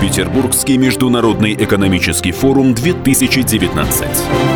Петербургский международный экономический форум 2019.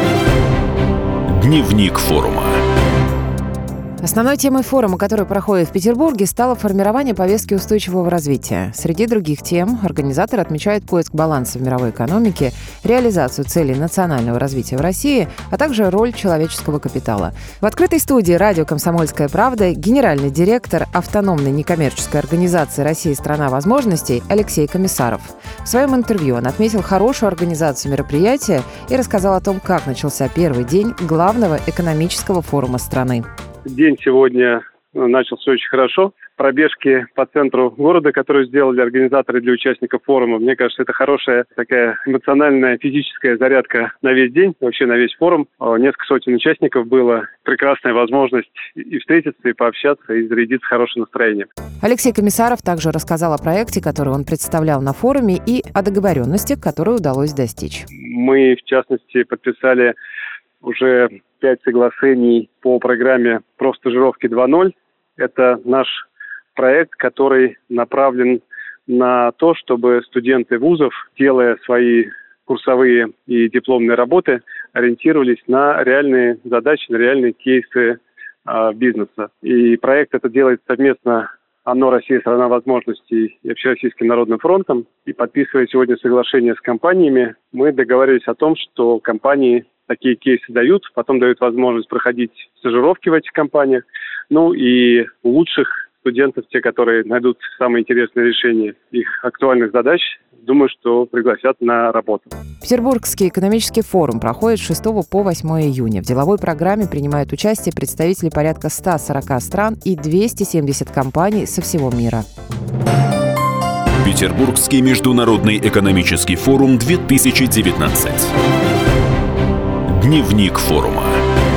Дневник форума. Основной темой форума, который проходит в Петербурге, стало формирование повестки устойчивого развития. Среди других тем организаторы отмечают поиск баланса в мировой экономике, реализацию целей национального развития в России, а также роль человеческого капитала. В открытой студии радио «Комсомольская правда» генеральный директор автономной некоммерческой организации «Россия – страна возможностей» Алексей Комиссаров. В своем интервью он отметил хорошую организацию мероприятия и рассказал о том, как начался первый день главного экономического форума страны. День сегодня начался очень хорошо. Пробежки по центру города, которые сделали организаторы для участников форума, мне кажется, это хорошая такая эмоциональная, физическая зарядка на весь день, вообще на весь форум. Несколько сотен участников было. Прекрасная возможность и встретиться, и пообщаться, и зарядиться хорошим настроением. Алексей Комиссаров также рассказал о проекте, который он представлял на форуме, и о договоренностях, которые удалось достичь. Мы, в частности, подписали уже 5 соглашений по программе «Профстажировки 2.0». Это наш проект, который направлен на то, чтобы студенты вузов, делая свои курсовые и дипломные работы, ориентировались на реальные задачи, на реальные кейсы бизнеса. И проект это делает совместно ОНО «Россия – страна возможностей» и Общероссийским народным фронтом. И подписывая сегодня соглашение с компаниями, мы договорились о том, что компании такие кейсы дают, потом дают возможность проходить стажировки в этих компаниях. Ну и у лучших студентов, те, которые найдут самые интересные решения их актуальных задач, думаю, что пригласят на работу. Петербургский экономический форум проходит с 6 по 8 июня. В деловой программе принимают участие представители порядка 140 стран и 270 компаний со всего мира. Петербургский международный экономический форум 2019. Дневник форума.